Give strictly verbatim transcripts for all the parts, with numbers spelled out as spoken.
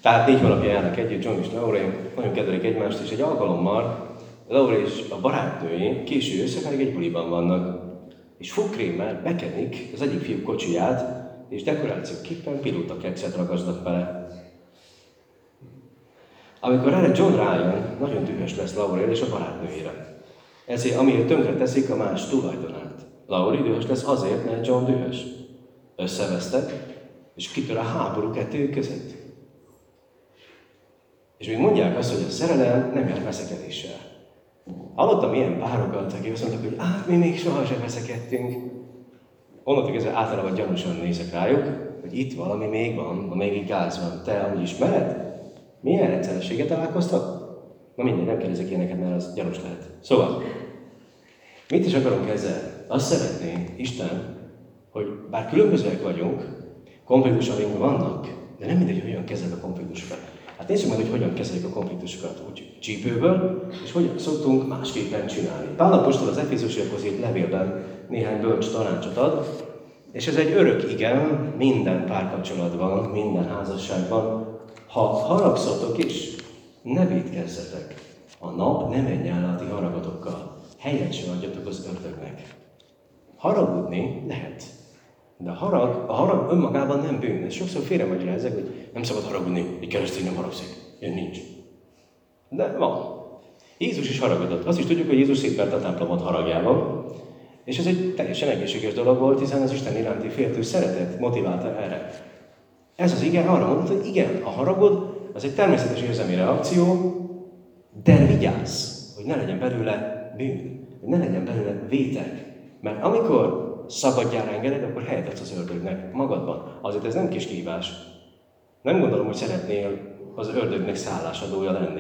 Tehát négy hónapja járnak együtt, John és Laurie, nagyon kedvelik egymást, és egy alkalommal Laurie és a barátnői késő összefelé egy buliban vannak, és fogkrémmel bekenik az egyik fiú kocsiját, és dekorációképpen pilótakekszet ragasznak bele. Amikor erre John rájön, nagyon dühös lesz Laurie és a barátnőjére. Ezért, amiért tönkre teszik a más tulajdonát. Laurie dühös lesz azért, mert John dühös. Összevesztek, és kitör a háború kettőjük között. És még mondják azt, hogy a szerelem nem jár veszekedéssel. Hallottam ilyen párokat, akik azt mondtak, hogy hát mi még sohasem veszekedtünk. Onnantól kezdve általában gyanúsan nézek rájuk, hogy itt valami még van, ha még így gáz van. Te amúgy ismered? Milyen rendszerességet találkoztak? Na mindegy, nem kérdezek ilyeneket, mert az gyanús lehet. Szóval, mit is akarunk ezzel? Azt szeretné Isten, hogy bár különbözőek vagyunk, konfliktusaink vannak, de nem mindegy, hogy hogyan kezeled a konfliktusokat. Hát nézzük meg, hogy hogyan kezeljük a konfliktusokat úgy csípőből, és hogyan szoktunk másképpen csinálni. Pál apostol az Efézusiakhoz írt levélben néhány bölcs tanácsot ad, és ez egy örök igen minden párkapcsolatban, minden házasságban. Ha haragszatok is, ne vétkezzetek. A nap ne menjen el a ti haragatokkal. Helyet sem adjatok az ördögnek. Haragudni lehet. De a harag, a harag önmagában nem bűn. Ez sokszor félremagyarázzák, hogy nem szabad haragudni, egy keresztény nem haragszik. Ilyen nincs. De van. Jézus is haragodott. Azt is tudjuk, hogy Jézus szétverte a templomot haragjával, és ez egy teljesen egészséges dolog volt, hiszen az Isten iránti féltő szeretet motiválta erre. Ez az igen arra mondott, hogy igen, a haragod az egy természetes érzelmi reakció, de vigyázz, hogy ne legyen belőle bűn, hogy ne legyen belőle vétek. Mert amikor szabadjára engeded, akkor helyet adsz az ördögnek magadban. Azért ez nem kis kihívás. Nem gondolom, hogy szeretnél az ördögnek szállásadója lenni.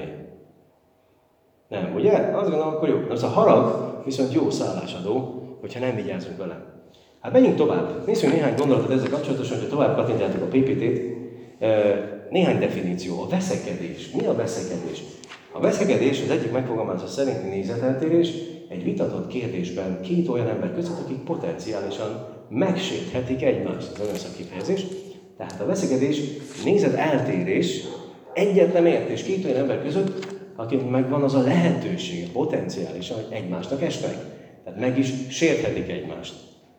Nem, ugye? Azt gondolom, akkor jó. Az a harag viszont jó szállásadó, hogyha nem vigyázunk vele. Hát menjünk tovább. Nézzünk néhány gondolatot ezzel kapcsolatosan, hogyha tovább kattintjátok a pé pé té-t. Néhány definíció. A veszekedés. Mi a veszekedés? A veszekedés az egyik megfogalmazás szerinti nézeteltérés egy vitatott kérdésben két olyan ember között, akik potenciálisan megsérthetik egymást. Ez olyan szakkifejezés. Tehát a veszekedés nézeteltérés, egyetlen értés két olyan ember között, akik megvan az a lehetősége potenciálisan, hogy egymásnak esnek. Tehát meg is sérthetik egymást.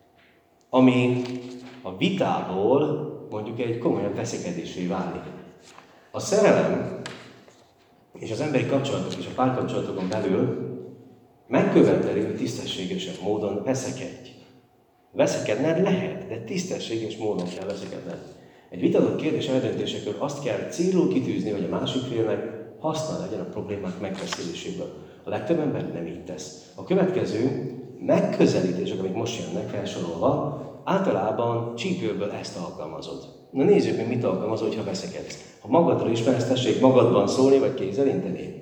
Ami a vitából mondjuk egy komolyabb veszekedésé válik. A szerelem és az emberi kapcsolatok és a párkapcsolatokon belül megköveteli, hogy tisztességesebb módon veszekedj. Veszekedned lehet, de tisztességes módon kell veszekedned. Egy vitatott kérdés eldöntésekor azt kell célul kitűzni, hogy a másik félnek haszna legyen a problémák megbeszéléséből. A legtöbb ember nem így tesz. A következő megközelítések, amik most jönnek felsorolva, általában csípőből ezt alkalmazod. Na nézzük meg, mit alkalmazod, ha veszekedsz. Ha magadról ismersz, tessék magadban szólni, vagy kézzel inteni.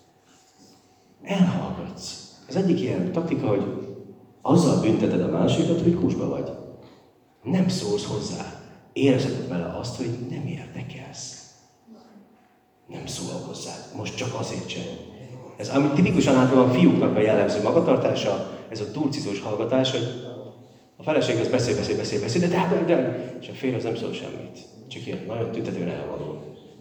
Elhallgatsz. Az egyik ilyen taktika, hogy azzal bünteted a másikat, hogy kusba vagy. Nem szólsz hozzá. Érzed vele azt, hogy nem érdekelsz. Nem szól hozzá. Most csak azért sem. Ez ami tipikusan általában fiúknak a jellemző magatartása, ez a turcizós hallgatás, hogy a feleség az beszél, beszél, beszél, beszél, de de, de, és a férj az nem szól semmit. Csak ilyen nagyon tüntetően elvaló.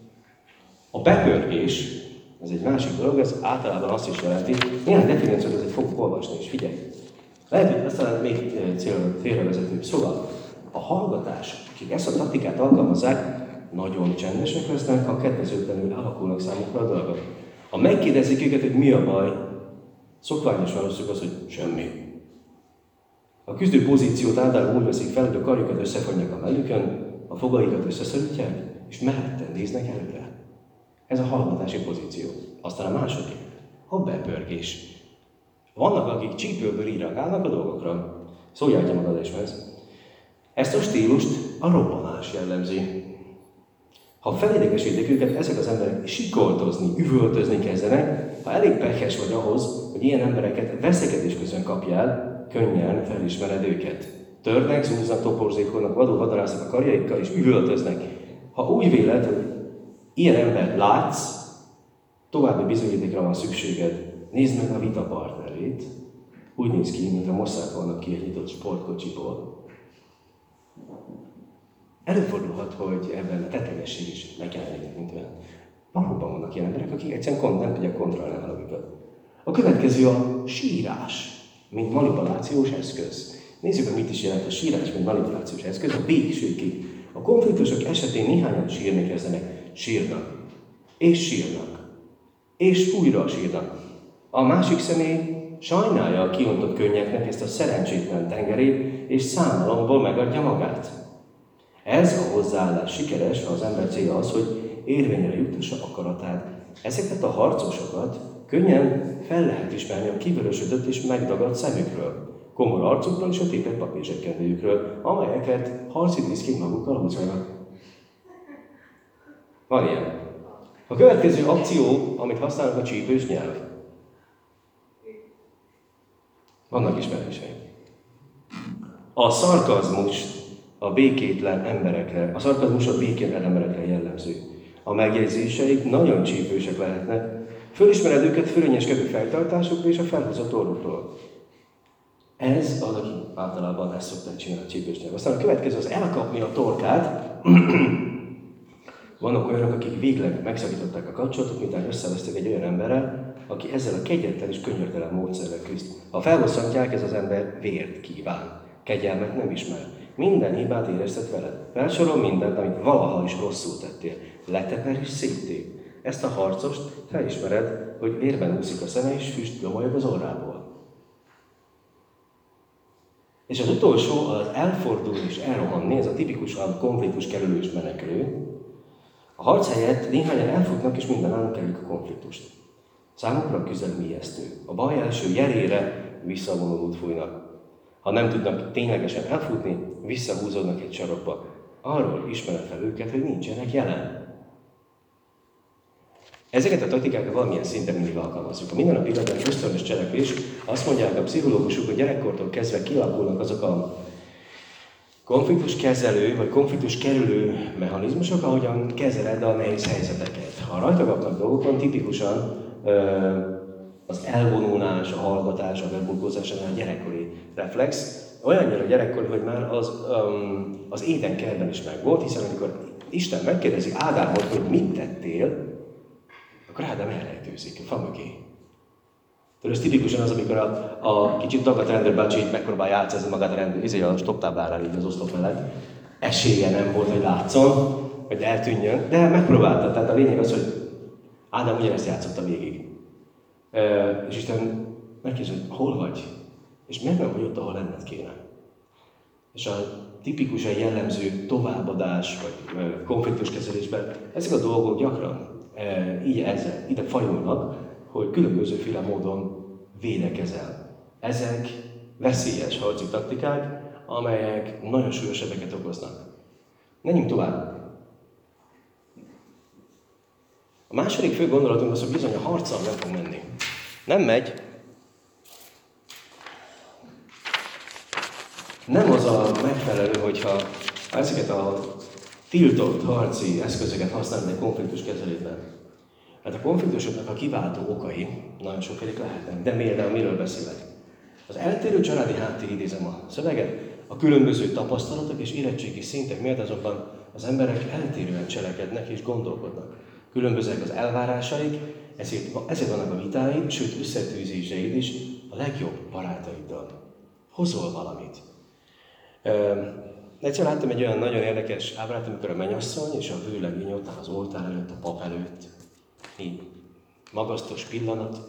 A bepörgés, ez egy másik dolog, ez általában azt is jelenti, néhány definíciót azért fogok olvasni, és figyelj. Lehet, hogy aztán még félrevezetőbb. Szóval a hallgatás, akik ezt a taktikát alkalmazzák, nagyon csendesek lesznek, ha kedvezőtlenül alakulnak számukra a dolgok. Ha megkérdezik őket, hogy mi a baj, szokványos válaszuk az, hogy semmi. A küzdő pozíciót általában úgy veszik fel, hogy a karjukat összefonják a mellükön, a fogaikat összeszorítják, és melletten néznek előre. Ez a hallgatási pozíció. Aztán a második, a bepörgés. Vannak, akik csípőből így reagálnak a dolgokra. Szóljál magad is ez. Ezt a stílust a robbanás jellemzi. Ha felidegesítik őket, ezek az emberek sikoltozni, üvöltözni kezdenek, ha elég pekhes vagy ahhoz, hogy ilyen embereket veszekedés közben kapjál, könnyen felismered őket. Törnek, zúznak, toporzékolnak, vadul vadaráznak a karjaikkal és üvöltöznek. Ha úgy véled, hogy ilyen embert látsz, további bizonyítékra van szükséged. Nézd meg a vita partnerét. Úgy néz ki, mintha mosszák volna ki egy nyitott sportkocsiból. Előfordulhat, hogy ebben a tettlegesség is megjelenik, mint olyan. Valóban vannak ilyen emberek, akik egyszerűen nem tudják kontrollálni a halagukat. A következő a sírás, mint manipulációs eszköz. Nézzük meg, mit is jelent a sírás, mint manipulációs eszköz. A B sül ki. A konfliktusok esetén néhányan sírni kezdenek. Sírnak. És sírnak. És újra sírnak. A másik személy sajnálja a kiontott könnyeknek ezt a szerencsétlen tengerét, és számolomból megadja magát. Ez a hozzáállás sikeres, ha az ember célja az, hogy érvényre juttassa akaratát. Ezeket a harcosokat könnyen fel lehet ismerni a kivörösödött és megdagadt szemükről, komor arcukról és a tépett papírzsebkendőjükről, amelyeket harci diszkék magukkal húzzanak. Van ilyen. A következő akció, amit használnak, a csípős nyelv. Vannak ismerőseim. A szarkazmus a békétlen emberekre, a szarkazmus a békétlen emberekre jellemző. A megjegyzéseik nagyon csípősek lehetnek. Fölismered őket fölényeskedő fejtartásukról és a felhúzott orrukról. Ez az, aki általában ezt szokták csinálni a csípős nyelv. Aztán a következő az elkapni a torkát. Vannak olyanok, akik végleg megszakították a kapcsolatot, miután összevesztek egy olyan emberrel, aki ezzel a kegyetlen és könyörtelen módszerrel küzd. Ha felbosszantják, ez az ember vért kíván. Kegyelmet nem ismer. Minden hibát éreztet veled. Felsorol mindent, amit valaha is rosszul tettél. Leteper és széttép. Ezt a harcost felismered, hogy vérben úszik a szeme és füst gomolyog az orrából. És az utolsó az elfordul és elrohanni, ez a tipikusan konfliktus kerülő és menekülő. A harc helyett néhányan elfutnak és mindenállunk kerülik a konfliktust. Számukra a küzdelem ijesztő. A baj első jelére visszavonulót fújnak. Ha nem tudnak ténylegesen elfutni, visszahúzódnak egy sarokba. Arról ismered fel őket, hogy nincsenek jelen. Ezeket a taktikákat valamilyen szinten mindig alkalmazzuk. A mindennapi életben ösztönös cselekvés, azt mondják a pszichológusok, hogy gyerekkortól kezdve kialakulnak azok a konfliktuskezelő vagy konfliktuskerülő mechanizmusok, ahogyan kezeled a nehéz helyzeteket. Ha rajta kapnak dolgokon, tipikusan az elvonulás, a hallgatás, a beburkolzás, a gyerekkori reflex, olyannyira gyerekkori, hogy már az, um, az édenkertben is megvolt, hiszen amikor Isten megkérdezi Ádámot, hogy mit tettél, akkor Ádám elrejtőzik a fa mögé. Tehát ez tipikusan az, amikor a, a kicsit dagadt rendőrbácsi megpróbál játszázni magát a rendőr, izé a stoptáblára így az oszlop mellett. Esélye nem volt, hogy látszon, hogy eltűnjön, de megpróbálta. Tehát a lényeg az, hogy Ádám ugyanezt játszotta végig. E, és Isten megkérdezi, hogy hol vagy? És miért nem vagy ott, ahol lenned kéne? És a tipikusan jellemző továbbadás vagy konfliktuskezelésben ezek a dolgok gyakran e, így ezzel, ide fajulnak, hogy különbözőféle módon védekezel. Ezek veszélyes harci taktikák, amelyek nagyon súlyos sebeket okoznak. Menjünk tovább. A második fő gondolatunk az, hogy bizony a harccal nem fog menni. Nem megy. Nem az a megfelelő, hogyha ezeket a tiltott harci eszközöket használni egy konfliktus kezelésben. Hát a konfliktusoknak a kiváltó okai nagyon sokfélék lehetnek, de például miről beszélek? Az eltérő családi háttér, idézem a szöveget, a különböző tapasztalatok és érettségi szintek miatt azonban az emberek eltérően cselekednek és gondolkodnak. Különbözőek az elvárásaik, ezért, ezért vannak a vitáid, sőt összetűzéseid is a legjobb barátaiddal. Hozol valamit. Egyszer láttam egy olyan nagyon érdekes ábrát, amikor a mennyasszony és a vőlegény ott áll az oltár előtt, a pap előtt, így magasztos pillanat,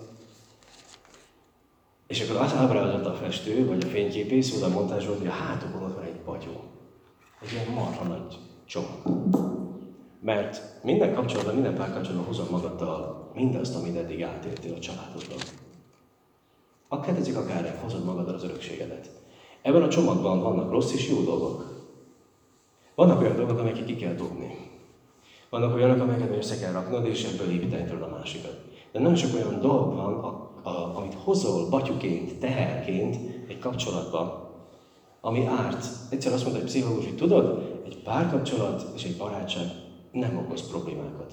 és akkor az ábrázolta a festő, vagy a fényképész, oda montázsolt, hogy a hátokon ott van egy patyó. Egy ilyen marha nagy csomag. Mert minden kapcsolatban, minden párkapcsolatban hozod magaddal mindazt, amit eddig átéltél a családodban. Akár tetszik, akár nem, hozod magaddal az örökségedet. Ebben a csomagban vannak rossz és jó dolgok. Vannak olyan dolgok, amelyeket ki kell dobni. Vannak olyanok, amelyeket össze kell raknod, és ebből építeni tudod a másikat. De nagyon sok olyan dolog van, a, a, amit hozol batyuként, teherként egy kapcsolatban, ami árt. Egyszer azt mondta egy pszichológus, hogy tudod, egy párkapcsolat és egy barátság nem okoz problémákat.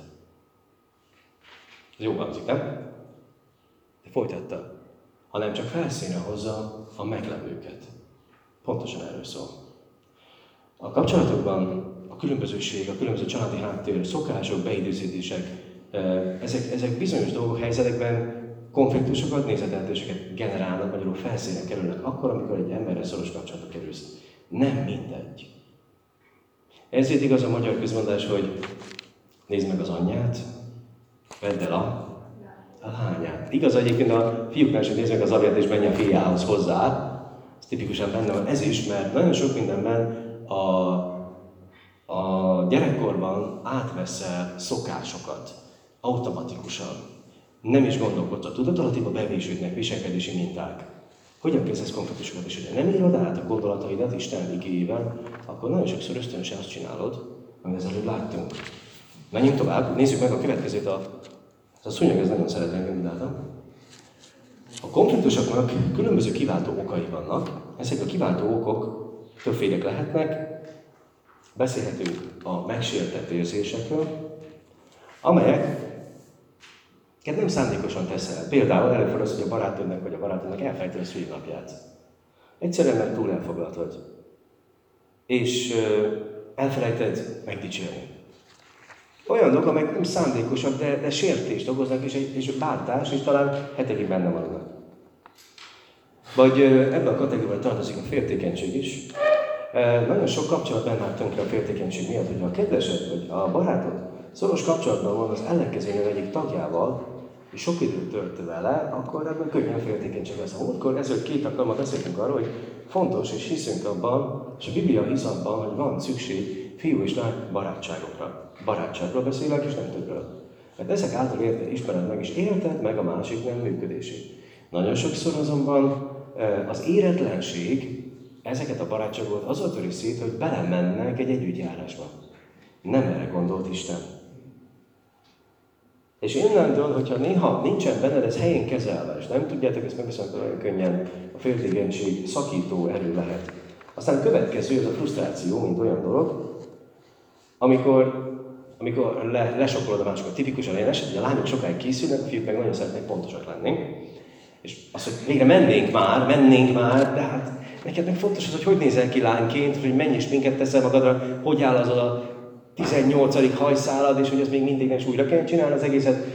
Ez jó hangzik, nem? De folytatta. Hanem csak felszínre hozza a meglevőket. Pontosan erről szól. A kapcsolatokban a különbözőség, a különböző családi háttér, szokások, beidőzítések Ezek, ezek bizonyos dolgok, helyzetekben konfliktusokat, nézeteltéseket generálnak, magyarul felszínen kerülnek akkor, amikor egy emberrel szoros kapcsolatba kerülsz. Nem mindegy. Ezért igaz a magyar közmondás, hogy nézd meg az anyját, vedd el a, a lányát. Igaz egyébként a fiúknál is, hogy nézd meg az apját és menj a fiához hozzá. Ez tipikusan benne van. Ez is, mert nagyon sok mindenben a, a gyerekkorban átveszel szokásokat automatikusan. Nem is gondolkodsz a tudatalattiba bevésődnek viselkedési minták. Hogyan kezdesz konfliktusokat, és hogyha nem írod át a gondolataidat Isten igéjével, akkor nagyon sokszor ösztönösen azt csinálod, amit az előbb láttunk. Menjünk tovább, nézzük meg a következőt. A, a szúnyog, ez nagyon szeret engem, látom. A konfliktusoknak különböző kiváltó okai vannak. Ezek a kiváltó okok többfélek lehetnek. Beszélhetünk a megsértett érzésekről, amelyek nem szándékosan teszel. Például előfordul az, hogy a barátodnak vagy a barátodnak elfelejtett a szülinapját. Egyszerűen, mert túl elfoglalt vagy. És ö, elfelejted megdicsérni. Olyan dolgok, amelyek nem szándékosak, de, de sértést okoznak, és, és bántás, és talán hetekig benne maradnak. Vagy ö, ebben a kategóriában tartozik a féltékenység is. E, nagyon sok kapcsolatban már tönkre a féltékenység miatt, hogy a kedvesed vagy a barátod szoros kapcsolatban van az ellenkezőnél egyik tagjával, és sok időt tölt vele, akkor ebben könnyen féltékenység lesz. A múltkor ezelőtt két alkalommal beszéltünk arról, hogy fontos, és hiszünk abban, és a Biblia hisz abban, hogy van szükség fiú és lány barátságokra. Barátságról beszélek, és nem többről. Mert ezek által érted, ismered meg, és érted meg a másik nem működését. Nagyon sokszor azonban az éretlenség ezeket a barátságokat azzal töri szét, hogy belemennek egy együttjárásba. Nem erre gondolt Isten. És innentől, hogyha néha nincsen benned ez helyén kezelve, és nem tudjátok ezt megbeszélni, nagyon könnyen a féltékenység szakító erő lehet. Aztán következő, ez a frusztráció, mint olyan dolog, amikor, amikor le, lesokolod a másokat. Tipikusan olyan eset, hogy a lányok sokáig készülnek, a fiúk meg nagyon szeretnek pontosak lenni. És az, hogy végre mennénk már, mennénk már, de hát neked meg fontos az, hogy hogy nézel ki lányként, hogy mennyi sminket teszel magadra, hogy áll az a tizennyolcadik hajszálad, és hogy ezt még mindig nem is újra kell csinálni az egészet.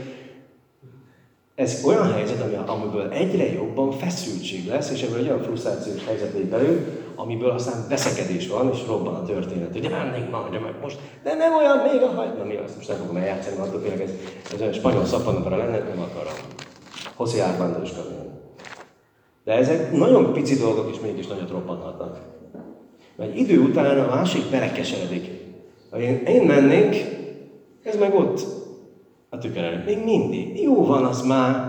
Ez olyan helyzet, amiből egyre jobban feszültség lesz, és ebből egy olyan frusztrációs helyzet lép elő, amiből aztán veszekedés van, és robban a történet. Ugye mennék ma, hogy meg most, de nem olyan még a haj... Na mi azt most nem fogom eljátszani, mert attól félek, ez, ez olyan spanyol szappanopera lenne, nem akarom. José Armando is kapjon. De ezek nagyon pici dolgok, és mégis nagyot robbanhatnak. Mert idő után a másik belekeseredik. Ha én, én mennék, ez meg ott a tükör előtt. Még mindig. Jó van az már.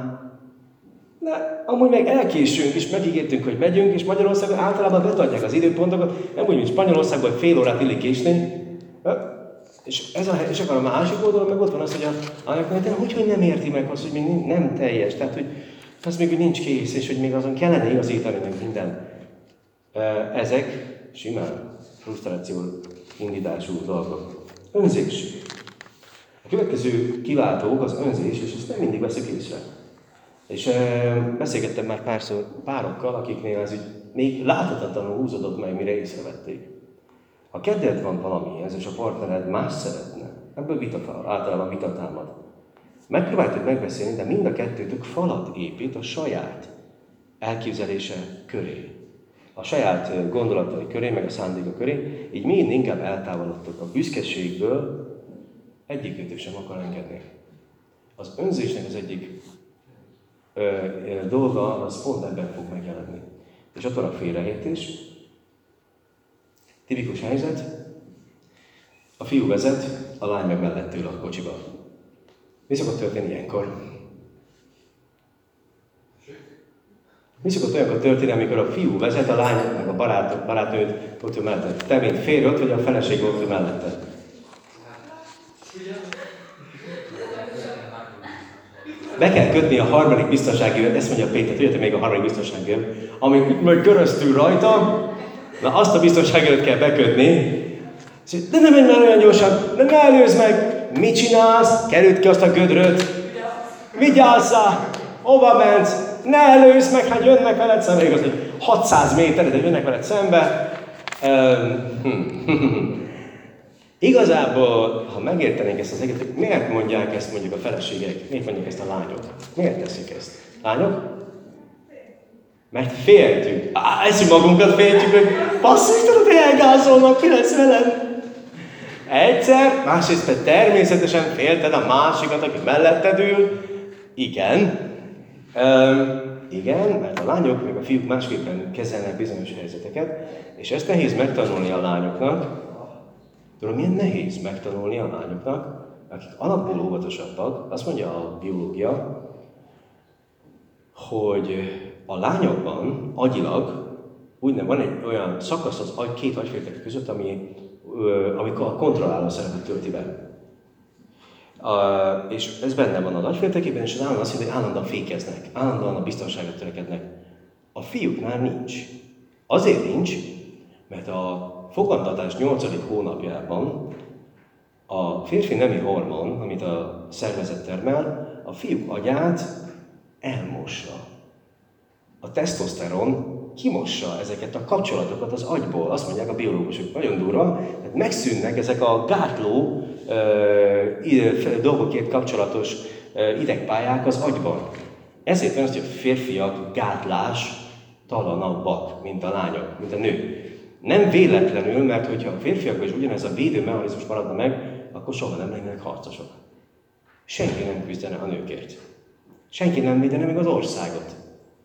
De amúgy meg elkésünk, és megígértünk, hogy megyünk, és Magyarországon általában betartják az időpontokat, nem úgy, mint Spanyolországban, hogy fél órát illik késni. És, ez a, és akkor a másik oldalon meg ott van az, hogy a anyag, de hogy, hogy nem érti meg azt, hogy még nem teljes. Tehát, hogy az még nincs kész, és hogy még azon kellene igazítani meg minden. Ezek simán frusztráció indítású dolgok. Önzés. A következő kiváltók az önzés, és ezt nem mindig veszük észre. És e, beszélgettem már párszor párokkal, akiknél ez így még láthatatlanul húzódott meg, mire észrevették. Ha kedved van valamihez, és a partnered más szeretne, ebből vita, általában vita támad. Megpróbáltuk megbeszélni, de mind a kettőtök falat épít a saját elképzelése köré. A saját gondolatai köré, meg a szándéka köré, így mind inkább eltávolodtok a büszkeségből, egyikőtök sem akar engedni. Az önzésnek az egyik ö, ö, dolga, az pont ebben fog megjelenni. És ott van a félreértés. Tipikus helyzet, a fiú vezet, a lány meg mellettől a kocsiba. Mi szokott történni ilyenkor? Mi szokott olyankor történni, amikor a fiú vezet, a lány meg a barát, barátnőt ott ő mellette? Te, mint férj ott, vagy a feleség ott ő mellette? Be kell kötni a harmadik biztonsági övet, ezt mondja Péter, tudjátok még a harmadik biztonsági övet, ami majd köröztül rajta, na azt a biztonsági övet kell bekötni, de nem menj már olyan gyorsan, de ne előzd meg! Mit csinálsz? Kerüld ki azt a gödröt! Vigyázzál! Hova mensz? Ne előzd meg, hát jönnek veled szembe. Igaz, hogy hatszáz méter, de jönnek veled szembe. Um, Igazából, ha megértenénk ezt az egészet, miért mondják ezt mondjuk a feleségek, miért mondják ezt a lányok? Miért teszik ezt? Lányok? Mert féltünk. Á, ezt magunkat féltjük, hogy basszus, tudod, hogy elgázolnak, mi lesz velem? Egyszer, másrészt pedig természetesen félted a másikat, aki melletted ül. Igen. Üm, igen, mert a lányok, meg a fiúk másképpen kezelnek bizonyos helyzeteket, és ezt nehéz megtanulni a lányoknak. Tudom, milyen nehéz megtanulni a lányoknak, akik alapból óvatosabbak, azt mondja a biológia, hogy a lányokban agyilag úgynevezett van egy olyan szakasz az agy, két agyféltek között, ami, amikor a kontrolláló szerepet tölti be. Uh, és ez benne van az agyféltekében, és az állandóan azt jelenti, hogy állandóan fékeznek, állandóan a biztonságot törekednek. A fiúknál nincs. Azért nincs, mert a fogantatás nyolcadik hónapjában a férfi nemi hormon, amit a szervezet termel, a fiúk agyát elmossa. A tesztoszteron kimossa ezeket a kapcsolatokat az agyból. Azt mondják a biológusok, nagyon durva, tehát megszűnnek ezek a gátló uh, dolgokért kapcsolatos uh, idegpályák az agyban. Ezért van az, hogy a férfiak gátlás talanabbak, mint a lányok, mint a nők. Nem véletlenül, mert hogyha a férfiakban is ugyanez a védőmechanizmus maradna meg, akkor soha nem lennének harcosok. Senki nem küzdene a nőkért. Senki nem védene meg az országot.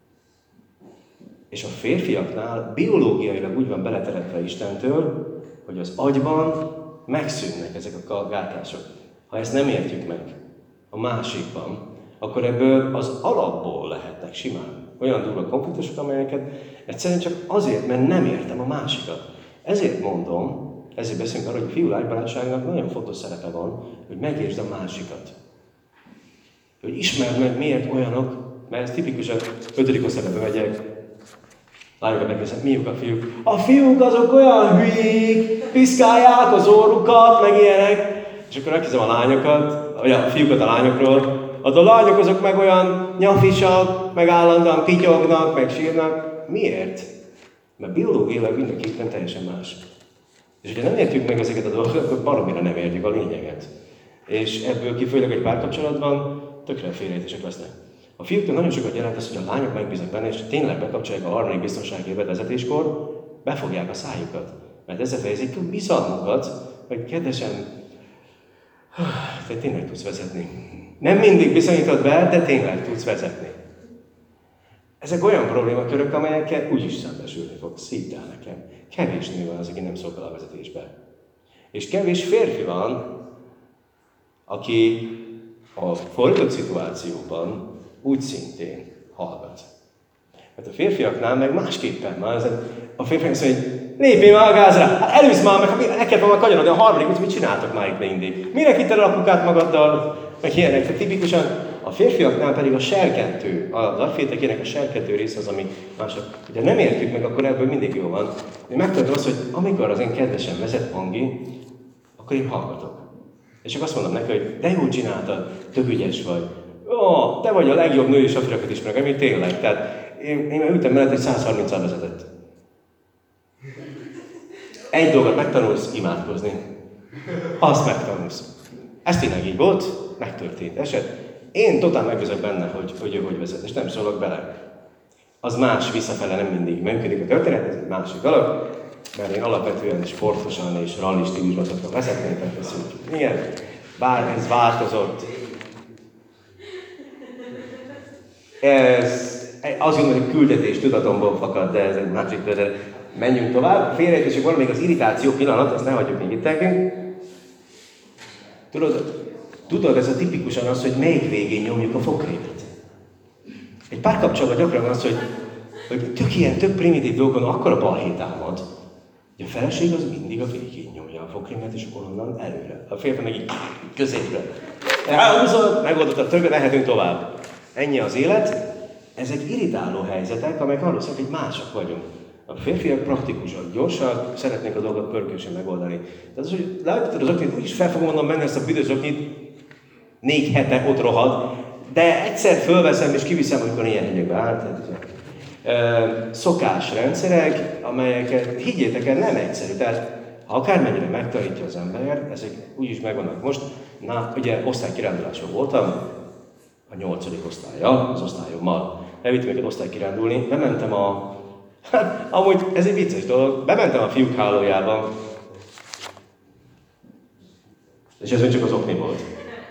És a férfiaknál biológiailag úgy van beleteretve Istentől, hogy az agyban megszűnnek ezek a gátlások. Ha ezt nem értjük meg a másikban, akkor ebből az alapból lehetnek simán olyan durva konfliktusok, amelyeket egyszerűen csak azért, mert nem értem a másikat. Ezért mondom, ezért beszélünk arról, hogy a fiú-lány barátságnak nagyon fontos szerepe van, hogy megértsd a másikat. Hogy ismerd meg, miért olyanok, mert ez tipikusan ötödik osztályba megyek, lányokat megkérdezem, miük a fiúk? A fiúk azok olyan hülyék, piszkálják az orrukat, meg ilyenek. És akkor megkérdezem a lányokat, vagy a fiúkat a lányokról, az a lányok azok meg olyan nyafisak, meg állandóan pityognak, meg sírnak. Miért? Mert biológiailag mind a két teljesen más. És hogyha nem értjük meg ezeket a dolgokat, akkor baromira nem értjük a lényeget. És ebből kifolyólag egy párkapcsolatban tökre félreértések lesznek. A fiúknak nagyon sokat jelent az, hogy a lányok megbíznak benne, és tényleg bekapcsolják a harmadik biztonsági vezetéskor, befogják a szájukat. Mert ezzel fejezik ki bizalmukat, hogy kedvesen, te tényleg tudsz vezetni. Nem mindig bizonyítod be, de tényleg tudsz vezetni. Ezek olyan problémakörök, amelyekkel úgyis szembesülni fogsz. Hidd el nekem. Kevés nő van az, aki nem szolgál a vezetésbe. És kevés férfi van, aki a fordított szituációban úgy szintén hallgat. Mert a férfiaknál meg másképpen van. A férfiak azt mondja, hogy lépjél már a gázra, hát elősz már meg, neked van a kanyarodni a harmadik, úgy mit csináltok már itt mindig? Minek hitted a apukát magaddal? Meg ilyenek. Tehát tipikusan a férfiaknál pedig a serkentő, az agyféltekének a serkentő rész az, ami mások. Ugye nem értjük meg, akkor ebből mindig jó van. Én megtanultam azt, hogy amikor az én kedvesem vezet Angi, akkor én hallgatok. És csak azt mondom neki, hogy de jól csináltad, tök ügyes vagy. Ó, te vagy a legjobb női sofőröket ismerek, ami tényleg. Tehát én, én már ültem mellett, hogy száz harminccal vezetett. Egy dolgot megtanulsz, imádkozni. Azt megtanulsz. Ez tényleg így volt, megtörtént eset. Én totál megbízok benne, hogy, hogy ő hogy vezet, és nem szólok bele. Az más visszafele nem mindig működik a történet, ez egy másik dolog, mert én alapvetően sportosan és rally stílusban szoktam vezetni, tehát ez úgy, igen, bár ez változott. Ez, azt gondolom, hogy küldetés tudatomból fakad, de ez egy másik, de menjünk tovább. Félreértésük van, még az irritáció pillanat, azt ne hagyjuk még itt nekünk. Tudod, tudod, ez a tipikusan az, hogy melyik végén nyomjuk a fogrémet. Egy párkapcsolatban gyakran van az, hogy, hogy tök ilyen, tök primitív dolgon akkor a balhé támad, hogy a feleség az mindig a végén nyomja a fogrémet, és akkor onnan előre. A férfi meg így középre. Elhúzod, megoldott a többet, mehetünk tovább. Ennyi az élet. Ezek irritáló helyzetek, amelyek arról szólnak, hogy mások vagyunk. A férfiak praktikusak, gyorsak, szeretnék a dolgot pörkősen megoldani. Tehát az, hogy látod az oknit, úgyis fel fogom mondom menni ezt a büdös oknit, négy hete ott rohad, de egyszer fölveszem és kiviszem, amikor ilyen hegyekbe állt. Szokásrendszerek, amelyeket higgyétek el, nem egyszerű. Tehát ha akármennyire megtanítja az ember, ezek úgyis megvannak most. Na, ugye osztálykiránduláson voltam, a nyolcadik osztálya, az osztályommal. Elvittem őket osztálykirándulni, bementem a... Hát, amúgy ez egy vicces dolog, bementem a fiúk hálójába, és ez még csak az okni volt.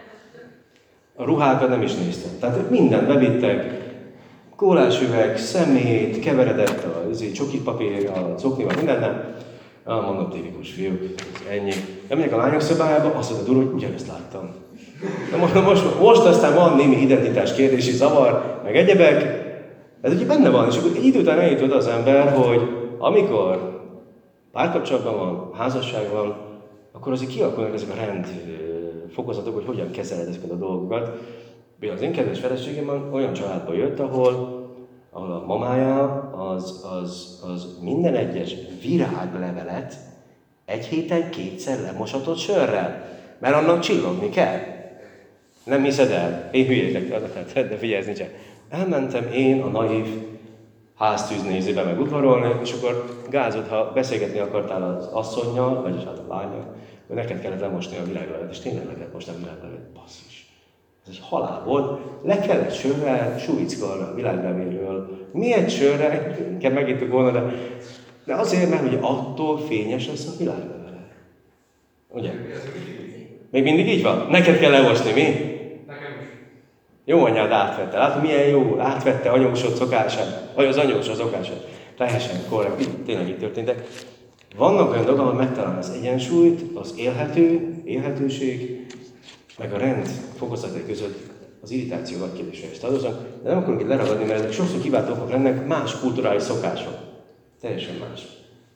A ruhákat nem is néztem. Tehát mindent bevittek, kólás üveg, szemét, keveredett a csoki papír, a coknival, mindennel. Ah, mondom, tipikus fiúk, ennyi. Bemegyek a lányok szobájába, azt mondta Dura, hogy ugyanezt láttam. Na most, most, most aztán van némi identitás kérdési zavar, meg egyebek. Ez ugye benne van, és akkor egy idő után eljut oda az ember, hogy amikor párkapcsolatban van, házasság van, akkor azért kialakulnak ezek a rendfokozatok, hogy hogyan kezeled ezeket a dolgokat. Például az én kedves feleségem olyan családba jött, ahol, ahol a mamája az, az, az minden egyes viráglevelet egy héten kétszer lemosatott sörrel, mert annak csillogni kell. Nem hiszed el? Én hülyétek, de figyelj, ez nincsen. Elmentem én a naív háztűznézőbe meg udvarolni, és akkor gázod, ha beszélgetni akartál az asszonnyal, vagyis hát a lányjal, akkor neked kellett lemosni a világlevelet, és tényleg le kellett mosni a világlevelet. Basszus. Ez egy halál volt. Le kellett sörrel súvickolni a világlevéről. Miért sörrel? Inkább megittük volna, de, de azért, mert ugye attól fényes lesz a világlevele. Ugye? Még mindig így van? Neked kell lemosni, mi? Nekem is. Jó anyád átvette. Látod, milyen jó, átvette anyósod szokását, vagy az anyós az szokását. Teljesen korrekt, tényleg így történtek. Vannak olyan dolgok, ahol megtalálni az egyensúlyt, az élhető, élhetőség, meg a rend fokozatai között az irritáció nagy kérdésre is tartoznak, de nem akarunk itt leragadni, mert ezek sokszor kiváltóak lennek más kulturális szokások. Teljesen más.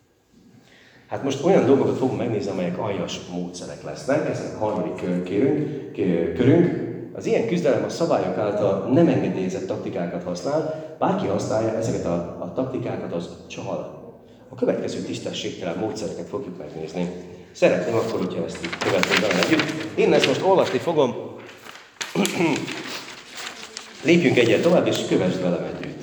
Hát most olyan dolgokat fogunk megnézni, amelyek aljas módszerek lesznek, ezen a harmadik körünk, körünk. Az ilyen küzdelem a szabályok által nem engedélyezett taktikákat használ, bárki használja ezeket a, a taktikákat, az csal. A következő tisztességtelen módszereket fogjuk megnézni. Szeretném akkor, hogyha ezt így követünk velem együtt. Én ezt most olvasni fogom. Lépjünk egyet tovább, és kövesd velem együtt.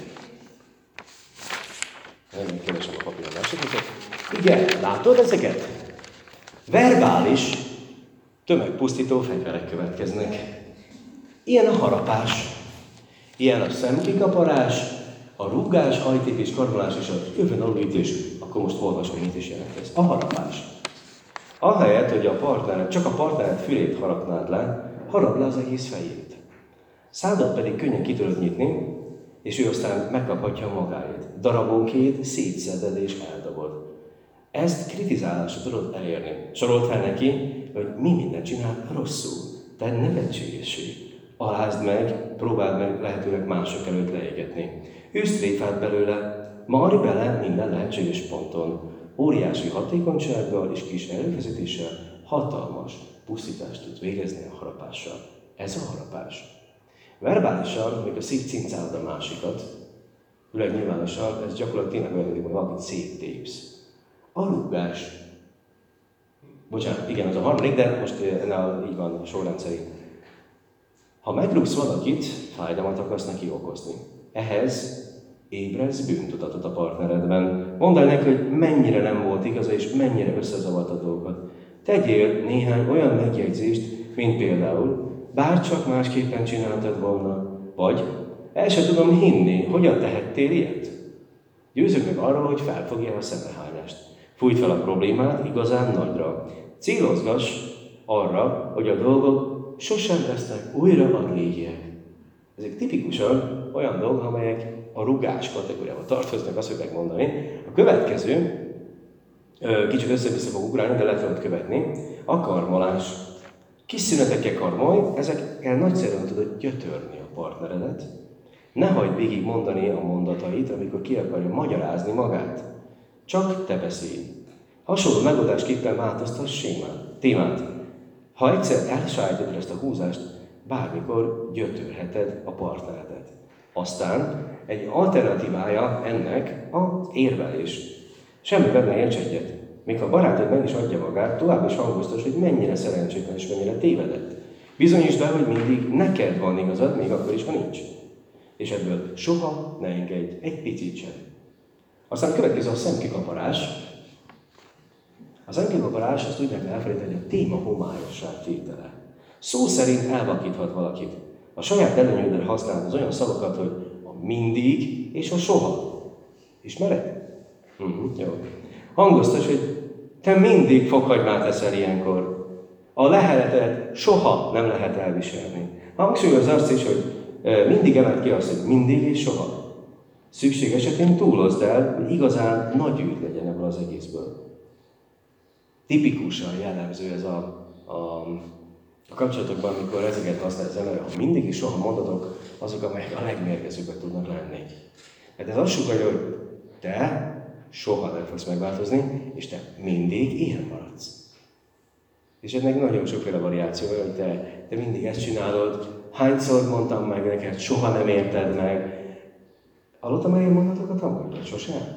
Nem keresem a papíron másodikat. Igen, látod ezeket? Verbális, tömegpusztító fegyverek következnek. Ilyen a harapás, ilyen a szemkikaparás, a rúgás, hajtépés, karmolás és a jövőn alulütés. Akkor most olvasd, hogy mit is jelent ez. A harapás. Ahelyett, hogy a partnered, csak a partnered fülét harapnád le, harapd le az egész fejét. Szádat pedig könnyen ki tudod nyitni, és ő aztán megkaphatja magáét. Darabonként szétszeded és eldobod. Ezt kritizálásra tudod elérni. Sorold fel neki, hogy mi mindent csinál rosszul. Te nevetségessé. Alázd meg, próbáld meg lehetőleg mások előtt leégetni. Ősz tréfáld belőle, marj bele minden lehetséges ponton. Óriási hatékonysággal és kis erőfeszítéssel hatalmas pusztítást tud végezni a harapással. Ez a harapás. Verbálisan, még a szétcincálod a másikat, főleg nyilvánosan, ez gyakorlatilag tényleg olyan, hogy valakit széttépsz. A rúgás. Bocsánat, igen, az a harmadik, de most ennél így van a sorrend szerint. Ha megrúgsz valakit, fájdalmat akarsz neki okozni. Ehhez ébrez bűntudatot a partneredben. Mondd el neki, hogy mennyire nem volt igaza, és mennyire összezavart a dolgokat. Tegyél néhány olyan megjegyzést, mint például, bárcsak másképpen csináltad volna, vagy el sem tudom hinni, hogyan tehettél ilyet. Győzök meg arról, hogy felfogja a szemrehányást. Fújt fel a problémát igazán nagyra. Célozgass arra, hogy a dolgok sosem lesznek újra a régiek. Ezek tipikusan olyan dolgok, amelyek a rugás kategóriába tartoznak, azt fogják mondani. A következő, kicsit össze-vissza fog ugrálni, de lehet tudod követni, a karmolás. Kis szünetekkel karmolj, ezekkel nagyszerűen tudod gyötörni a partneredet. Ne hagyd végig mondani a mondatait, amikor ki akarja magyarázni magát. Csak te beszélj. Hasonló megoldásképpen változtass sémát, témát. Ha egyszer elsállítod ezt a húzást, bármikor gyötörheted a partneredet. Aztán egy alternatívája ennek az érvelés. Semmiben ne érts egyet. Még ha a barátod meg is adja magát, tovább is hangoztas, hogy mennyire szerencsétlen és mennyire tévedett. Bizonyítsd be, hogy mindig neked van igazad, még akkor is, ha nincs. És ebből soha ne engedj egy picit sem. Aztán következő a szemkikaparás. Az önkivakarás azt úgy meg kell elfelejteni, hogy a téma homályossá tétele. Szó szerint elvakíthat valakit. A saját előnyödre használod az olyan szavakat, hogy a mindig és a soha. Ismered? Uh-huh, jó. Hangoztas, hogy te mindig fokhagymát eszel ilyenkor. A leheletet soha nem lehet elviselni. Hangsúlyoz azt is, hogy mindig emelt ki azt, hogy mindig és soha. Szükség esetén túlozd el, hogy igazán nagy űr legyen ebből az egészből. Tipikusan jellemző ez a, a, a kapcsolatokban, amikor ezeket használja az ember, ha mindig és soha mondatok, azok, amelyek a legmérgezőbbek tudnak lenni. Hát ez azt sugalja, hogy te soha nem fogsz megváltozni, és te mindig ilyen maradsz. És ennek nagyon sokféle variációja, hogy te, te mindig ezt csinálod, hányszor mondtam meg neked, soha nem érted meg. Hallottam el ilyen mondatokat amúgy, vagy sosem?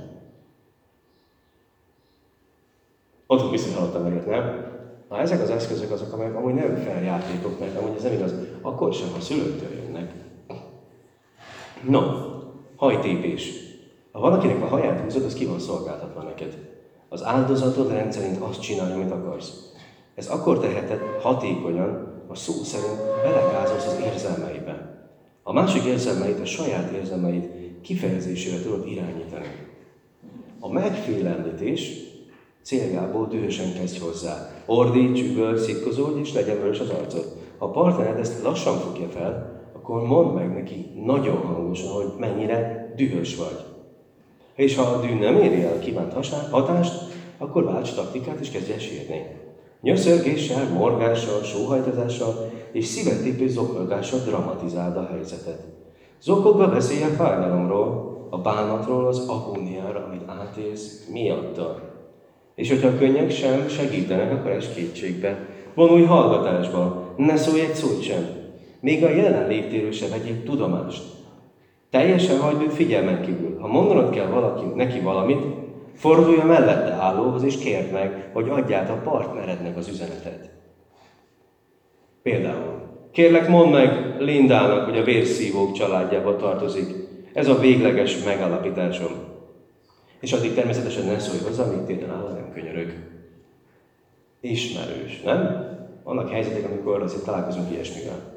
Ott biztos hallottam meg, nem? Na, ezek az eszközök azok, amelyek amúgy nem feljátékok, mert amúgy ez nem igaz, akkor sem, ha szülőktől jönnek. No, hajtépés. Ha valakinek a haját húzod, az ki van szolgáltatva neked. Az áldozatod rendszerint azt csinálja, amit akarsz. Ez akkor teheted hatékonyan, a szó szerint belegázolsz az érzelmeibe. A másik érzelmeit, a saját érzelmeid kifejezésére tudod irányítani. A megfélemlítés céljából dühösen kezdj hozzá. Ordíts, üvölj, szitkozódj, és legyen vörös az arcod. Ha a partnered ezt lassan fogja fel, akkor mondd meg neki nagyon hangosan, hogy mennyire dühös vagy. És ha a düh nem éri el a kívánt hatást, akkor válts taktikát és kezdj el sírni. Nyöszörgéssel, morgással, sóhajtozással és szívet tépő zokogdással dramatizáld a helyzetet. Zokogva beszélj a fájdalomról, a bánatról, az agóniára, amit átélsz miatta. És hogyha a könnyek sem segítenek, akkor esd kétségbe. Vonulj hallgatásba, ne szólj egy szót sem. Még a jelenlétéről sem vegyél tudomást. Teljesen hagyd őt figyelmen kívül. Ha mondanod kell valaki, neki valamit, fordulj a mellette állóhoz és kérd meg, hogy adját a partnerednek az üzenetet. Például, kérlek mondd meg Lindának, hogy a vérszívók családjába tartozik. Ez a végleges megállapításom. És addig természetesen ne szólj hozzá, amíg télen áll, nem könyörög. Ismerős, nem? Vannak helyzetek, amikor azért találkozunk ilyesmivel.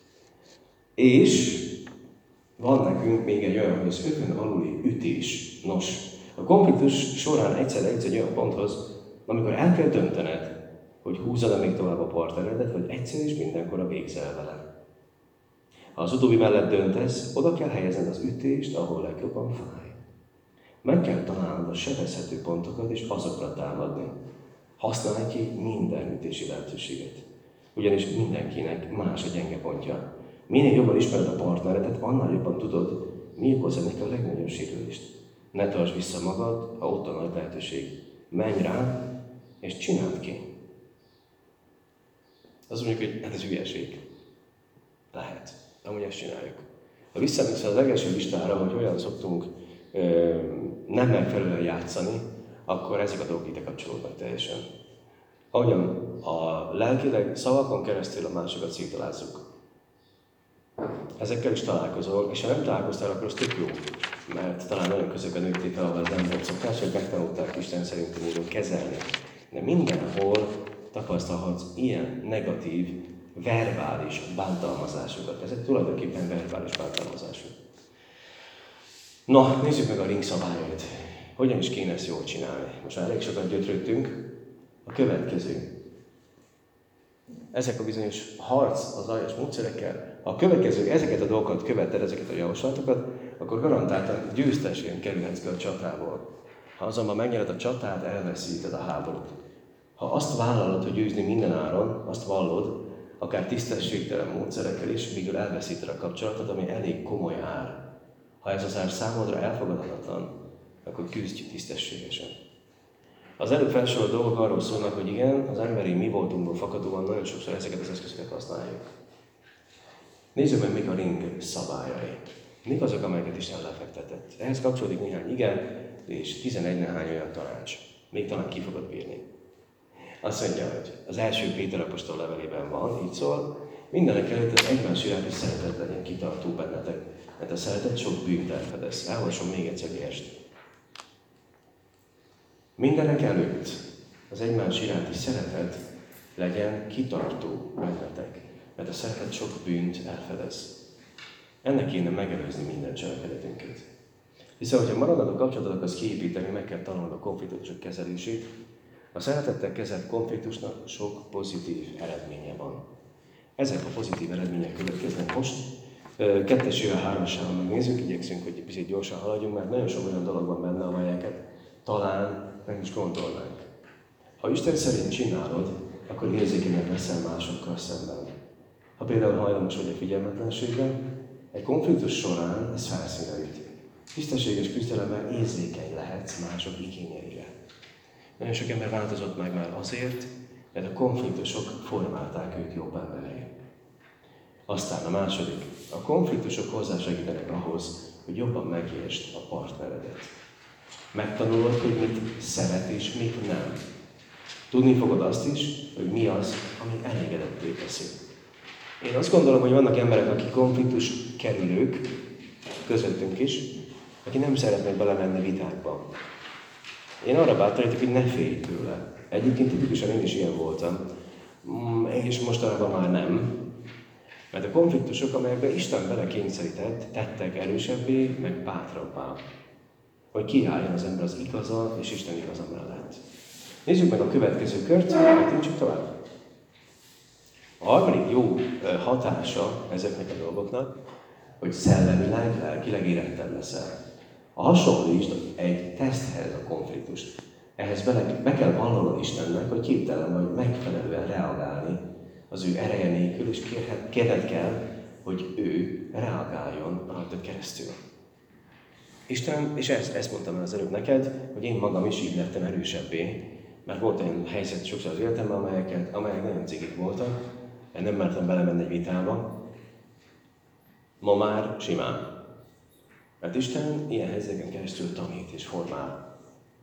És van nekünk még egy olyan, hogy az ökön aluli ütés. Nos, a konfliktus során egyszer eljutsz egy olyan ponthoz, amikor el kell döntened, hogy húzzad-e még tovább a partneredet, vagy egyszer és mindenkorra végzel vele. Ha az utóbbi mellett döntesz, oda kell helyezned az ütést, ahol legjobban fáj. Meg kell találnod a sebezhető pontokat, és azokra támadni. Használj ki minden ütési lehetőséget. Ugyanis mindenkinek más a gyenge pontja. Minél jobban ismered a partneredet, annál jobban tudod, mi okozza neki a legnagyobb sérülést. Ne tartsd vissza magad, ha ott a nagy lehetőség. Menj rá, és csináld ki. Azt mondjuk, hogy hát ez hülyeség. Lehet. Amúgy ezt csináljuk. Ha visszaemlékszel az legelső listára, hogy olyan szoktunk ö, nem megfelelően játszani, akkor ezek a dolgok ide kapcsolódnak teljesen. Ahogyan a lelkileg szavakon keresztül a másokat szétalázzuk. Ezekkel is találkozol, és ha nem találkoztál, akkor az tök jó. Mert talán nagyon közökben nőtték fel, ahol ez nem volt szokás, hogy megtanulták Isten szerinti módon kezelni. De mindenhol tapasztalhatsz ilyen negatív, verbális bántalmazásokat. Ezek tulajdonképpen verbális bántalmazások. Na, nézzük meg a ring szabályait. Hogyan is kéne ezt jól csinálni? Most már elég sokat gyötrődtünk. A következő. Ezek a bizonyos harc az aljas módszerekkel. Ha a következő, ezeket a dolgokat követed, ezeket a javaslatokat, akkor garantáltan győztesként kerülhetsz ki a csatából. Ha azonban megnyered a csatát, elveszíted a háborút. Ha azt vállalod, hogy győzni minden áron, azt vallod, akár tisztességtelen módszerekkel is, végül elveszíted a kapcsolatot, ami elég komoly ár. Ha ez az ár számodra elfogadhatatlan, akkor küzdj tisztességesen. Az előbb felsorolt dolgok arról szólnak, hogy igen, az emberi mi voltunkból fakadóan nagyon sokszor ezeket az eszközöket használjuk. Nézzük meg, mik a ring szabályai. Mik azok, amelyeket Isten lefektetett. Ehhez kapcsolódik néhány igen, és tizenegy nehány olyan tanács. Még talán ki fogod bírni. Azt mondja, hogy az első Péter apostol levelében van, így szól, mindenek előtt az egymás iránti szeretet legyen kitartó bennetek, mert a szeretet sok bűnt elfedez. Elolvasom még egyszer a verst. Mindenek előtt az egymás iránti szeretet legyen kitartó bennetek, mert a szeretet sok bűnt elfedez. Ennek kéne megelőzni minden cselekedetünket. Hiszen, hogyha maradnak a kapcsolatot akarsz kiépíteni, meg kell tanulnod a konfliktusok kezelését. A szeretettel kezelt konfliktusnak sok pozitív eredménye van. Ezek a pozitív eredmények következnek most. Kettesével, hármassal megnézzük, igyekszünk, hogy picit gyorsan haladjunk, mert nagyon sok olyan dolog van benne, amelyeket talán meg is gondolnánk. Ha Isten szerint csinálod, akkor érzékenyebb leszel másokkal szemben. Ha például hajlamos vagy a figyelmetlenségben, egy konfliktus során ez felszínre jut. Tisztességes küzdelemmel érzékeny lehetsz mások igényeire. Nagyon sok ember változott meg már azért, mert a konfliktusok formálták őt jobb emberé. Aztán a második. A konfliktusok hozzásegítenek ahhoz, hogy jobban megértsd a partneredet. Megtanulod, hogy mit szeret és mit nem. Tudni fogod azt is, hogy mi az, ami elégedetté teszi. Én azt gondolom, hogy vannak emberek, akik konfliktus kerülők, közöttünk is, aki nem szeretnek belemenni vitákba. Én arra bátorítok, hogy ne félj tőle. Egyébként tipikusan én is ilyen voltam, és mostanában már nem. Mert a konfliktusok, amelyekben Isten belekényszerített, tettek erősebbé, meg bátrabbá. Hogy kiálljon az ember az igaza és Isten igaza mellett. Nézzük meg a következő kört, mehetünk tovább. A harmadik jó hatása ezeknek a dolgoknak, hogy szellemileg, lelkileg érettebb leszel. A hasonlítsd egy teszthez a konfliktust. Ehhez bele, be kell vallanod Istennek, hogy képtelen vagy megfelelően reagálni az ő ereje nélkül, és kérhet, kérhet kell, hogy ő reagáljon rajtad keresztül. Isten, és ezt, ezt mondtam el az előbb neked, hogy én magam is így lettem erősebbé, mert volt olyan helyzet sokszor az életemben, amelyeket, amelyek nagyon cigik voltak, mert nem mertem belemenni egy vitába. Ma már simán. Mert Isten ilyen helyzeteken keresztül tanít és formál.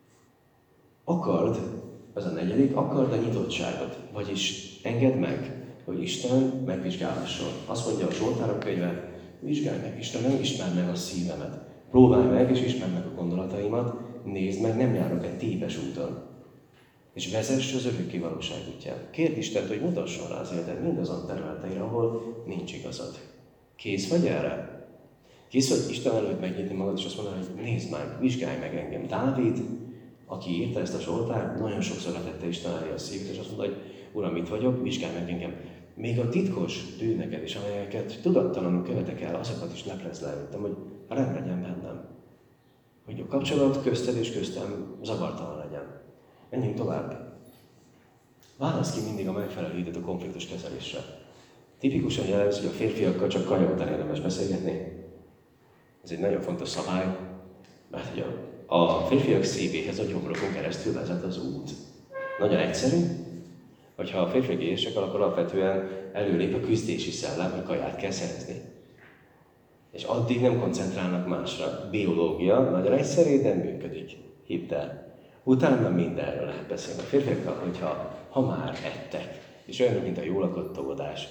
Akard, az a negyedik, akard a nyitottságot, vagyis engedd meg, hogy Isten megvizsgálhasson. Azt mondja a Zsoltárok könyve, vizsgálj meg, Istenem, ismerd meg a szívemet. Próbálj meg, és ismerd meg a gondolataimat, nézd meg, nem járok egy téves úton. És vezess az örökké valóság útján. Kérd Istent, hogy mutasson rá az életed mindazon területeire, ahol nincs igazad. Kész vagy erre? Kész vagy Isten előtt megnyitni magad, és azt mondani, hogy nézd meg, vizsgálj meg engem. Dávid, aki írta ezt a Zsoltárt, nagyon sokszor letette Isten elé a szívét, és azt mondta, hogy Uram, itt vagyok, vizsgálj meg engem. Még a titkos bűneket is, amelyeket tudattalanul követek el, azokat is leplezd le előttem, hogy rend legyen bennem. Hogy a kapcsolat közted és köztem zavartalan legyen. Menjünk tovább. Válasz ki mindig a megfelelő időt a konfliktus kezelésre. Tipikusan jellemző, hogy a férfiakkal csak kanya után érdemes beszélgetni. Ez egy nagyon fontos szabály, mert hogy a, a férfiak szívéhez a gyomrokon keresztül vezet az út. Nagyon egyszerű, hogyha a férfiak éhesek, akkor alapvetően előlép a küzdési szellem, hogy kaját kell szerezni. És addig nem koncentrálnak másra. Biológia nagyon egyszerű, de működik. Hidd el. Utána mindenről lehet beszélni a férfiakkal, hogyha ha már ettek, és olyanok, mint a jól lakott toldás.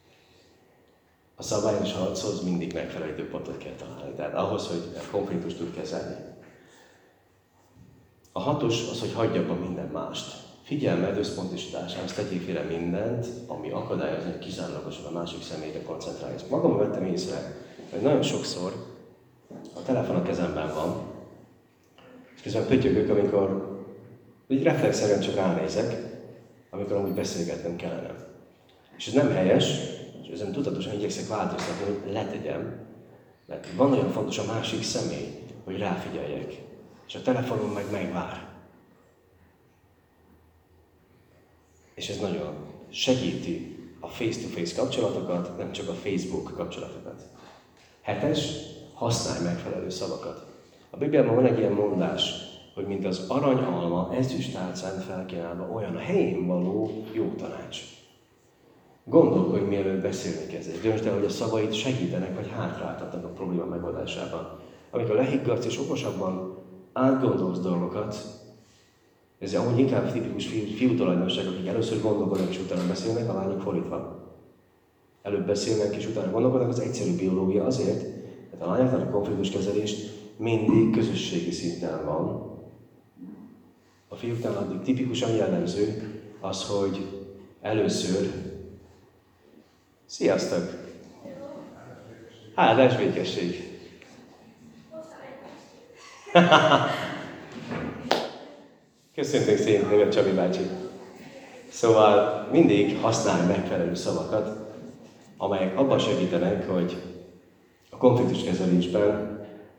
A szabályos harchoz mindig megfelelő időpontot kell találni, tehát ahhoz, hogy a konfliktust tud kezelni. A hatos az, hogy hagyj abba minden mást. Figyelmed összpontosításához tegyél félre mindent, ami akadályozni, hogy kizárólagosan a másik személyre koncentrálj. Magam vettem észre, hogy nagyon sokszor a telefon a kezemben van, és közben pöttyögök, amikor így reflexzerűen csak ránézek, amikor amúgy beszélgetnem kellene. És ez nem helyes, és ezen tudatosan igyekszek változtatni, hogy letegyem, mert van olyan fontos a másik személy, hogy ráfigyeljek, és a telefonom meg megvár. És ez nagyon segíti a face-to-face kapcsolatokat, nem csak a Facebook kapcsolatokat. Hetes, használj megfelelő szavakat. A Bibliában van egy ilyen mondás, hogy mint az aranyalma ezüstálcán felkínálva olyan a helyén való jó tanács. Gondolkodj, mielőtt beszélni kezdesz. Döntsd el, hogy a szavaid segítenek, vagy hátráltatnak a probléma megoldásában. Amikor lehiggadsz és okosabban átgondolsz dolgokat, ez amúgy inkább tipikus fiú tulajdonság, akik először gondolkodnak és utána beszélnek, a lányok fordítva. Előbb beszélnek és utána gondolkodnak, az egyszerű biológia azért, mert a lányoknak a konfliktuskezelés mindig közösségi szinten van, A fiúknál addig tipikusan jellemző az, hogy először sziasztok! Áldás, békesség! Köszöntünk szépen, Német Csabi bácsi! Szóval mindig használj megfelelő szavakat, amelyek abban segítenek, hogy a konfliktuskezelésben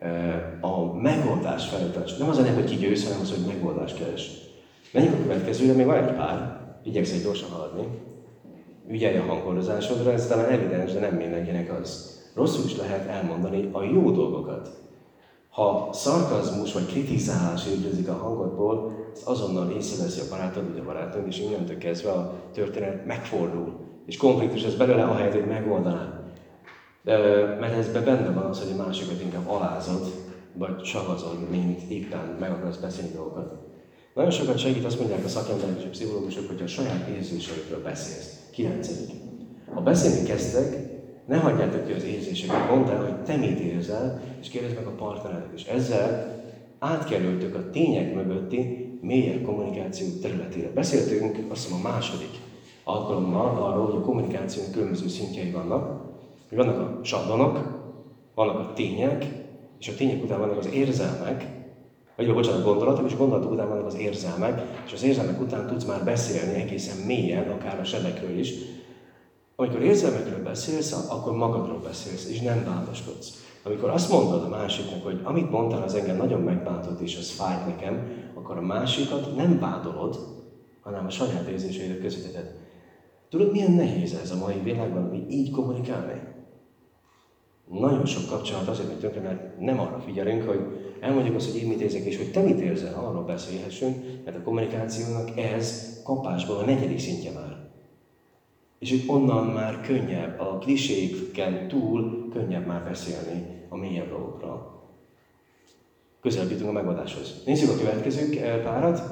a megoldás felé, nem az a neve, hogy ki győz, hanem az, hogy megoldást keres. Menjünk a következőre, még van egy pár, igyekszek gyorsan haladni. Ügyelj a hangordozásodra, ez talán evidens, de nem mindenkinek az. Rosszul is lehet elmondani a jó dolgokat. Ha szarkazmus vagy kritizálás érkezik a hangodból, ezt azonnal észreveszi a barátod vagy a barátunk, és innentől kezdve a történet megfordul. És konfliktus ez belőle, ahelyett, hogy megoldaná. De, mert ezben benne van az, hogy a másikat inkább alázod, vagy savazod, mint éppen meg akarsz beszélni dolgokat. Nagyon sokat segít, azt mondják a szakemberek és a pszichológusok, hogy a saját érzéseikről beszélsz. Kilencedik. Ha beszélni kezdtek, ne hagyjátok ki az érzéseket, mondd el, hogy te mit érzel, és kérdezd meg a partneredet. És ezzel átkerültök a tények mögötti mélyebb kommunikáció területére. Beszéltünk, azt hiszem, a második alkalommal arról, hogy a kommunikációnak különböző szintjei vannak. Vannak a sablonok, vannak a tények, és a tények után vannak az érzelmek, vagy jó, bocsánat, gondolatok, és gondolatok után vannak az érzelmek, és az érzelmek után tudsz már beszélni egészen mélyen, akár a sebekről is. Amikor érzelmekről beszélsz, akkor magadról beszélsz, és nem bántoskodsz. Amikor azt mondod a másiknak, hogy amit mondtál, az engem nagyon megbántott, és az fájt nekem, akkor a másikat nem vádolod, hanem a saját érzéseidet közvetíted. Tudod, milyen nehéz ez a mai világban, hogy így kommunikálni? Nagyon sok kapcsolat azért megy tönkre, mert nem arra figyelünk, hogy elmondjuk azt, hogy én mit érzek, és hogy te mit érzel, arról beszélhessünk, mert a kommunikációnak ez kapásból a negyedik szintje már. És hogy onnan már könnyebb, a kliséken túl könnyebb már beszélni a mélyebb dolgokról. Közelebb jutunk a megoldáshoz. Nézzük a következő párat.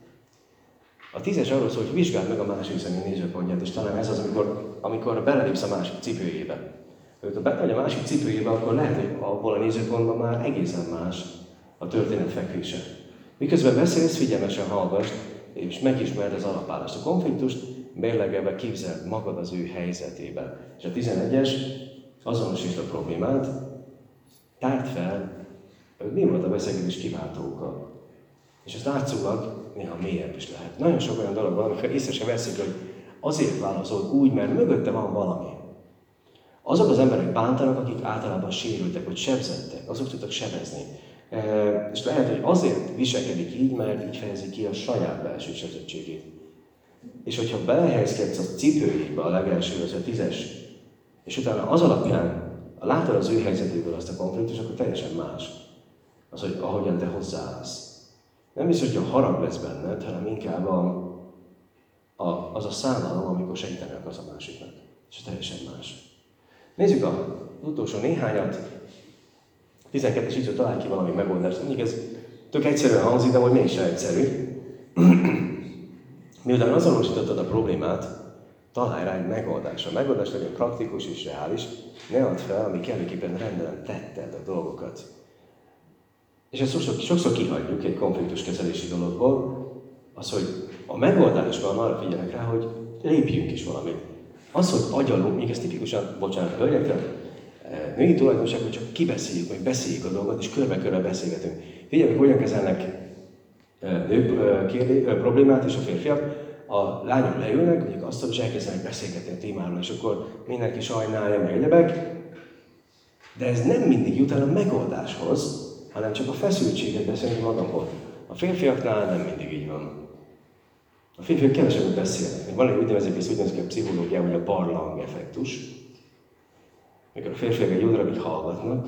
A tízes arról szól, hogy vizsgáld meg a másik személy nézőpontját, és talán ez az, amikor, amikor belelépsz a másik cipőjébe. Amikor bemegy a másik cipőjébe, akkor lehet, hogy abból a nézőpontban már egészen más a történet fekvése. Miközben beszélsz, figyelmesen hallgass, és megismerd az alapállást. A konfliktust mérlegelve képzeld magad az ő helyzetébe. És a tizenegyes, azonosítsd a problémát, tárd fel, hogy mi volt a beszélgetés kiváltó oka. És ezt látszólag néha mélyebb is lehet. Nagyon sok olyan dolog van, amikor észre sem veszik, hogy azért válaszol úgy, mert mögötte van valami. Azok az emberek bántanak, akik általában sérültek, vagy sebzettek, azok tudtak sebezni. E, és lehet, hogy azért viselkedik így, mert így fejezi ki a saját belső sebzettségét. És hogyha belehelyezkedsz a cipőjébe, a legelső, az a tízes, és utána az alapján látod az ő helyzetéből azt a konfliktus, akkor teljesen más az, hogy ahogyan te hozzáállsz. Nem biztos, hogy a harag lesz benned, hanem inkább a, a, az a szánalom, amikor segíteni akarsz a másiknak. És teljesen más. Nézzük az utolsó néhányat. tizenkettes így találj ki valami megoldást. Mondjuk ez tök egyszerűen hangzik, de hogy mégsem egyszerű. Miután azonosítottad a problémát, találj rá egy megoldást. A megoldás legyen praktikus és reális, ne add fel, ami kellőképpen rendben tetted a dolgokat. És ezt sokszor, sokszor kihagyjuk egy konfliktuskezelési dologból, az, hogy a megoldásban arra figyelnek rá, hogy lépjünk is valamit. Az, hogy agyalunk, még ez tipikusan, bocsánat, hölgyekre, női tulajdonság, hogy csak kibeszéljük, vagy beszéljük a dolgot, és körbe-körbe beszélgetünk. Figyeljük, hogyan kezelnek nők kérdé, problémát, és a férfiak. A lányok leülnek, mondjuk azt, hogy elkezdenek beszélgetni a témáról, és akkor mindenki sajnálja, meg egyebek. De ez nem mindig jut el a megoldáshoz, hanem csak a feszültséget beszélni magamból. A férfiaknál nem mindig így van. A férfiak kevesebbet beszélnek. Van egy úgynevezett, ez úgynevezett a pszichológiában, hogy a barlang effektus. Mikor a férfiak egy jó darabig hallgatnak,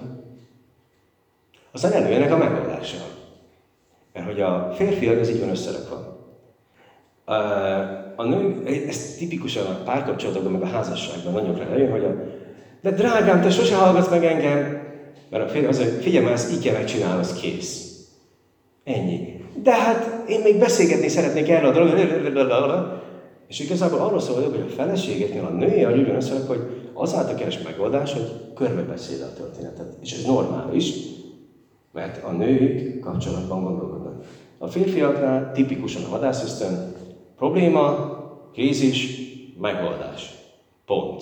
aztán előjönnek a megoldással. Mert hogy a férfiak, ez így van összerakva. A nő, ez tipikusan a párkapcsolatokban, meg a házasságban nagyon eljön, hogy a, de drágám, te sose hallgatsz meg engem, mert a férfi az, hogy figyelj már, ezt így kell megcsinálni, az kész. Ennyi. De hát én még beszélgetni szeretnék erről a dologról. És igazából arról szól, hogy a feleségeknél a női agy úgy van összerakva, hogy azáltal keres megoldás, hogy körbebeszél a történetet. És ez normális, mert a nők kapcsolatban gondolkodnak. A férfiaknál tipikusan a vadászösztön, probléma, krízis, megoldás. Pont.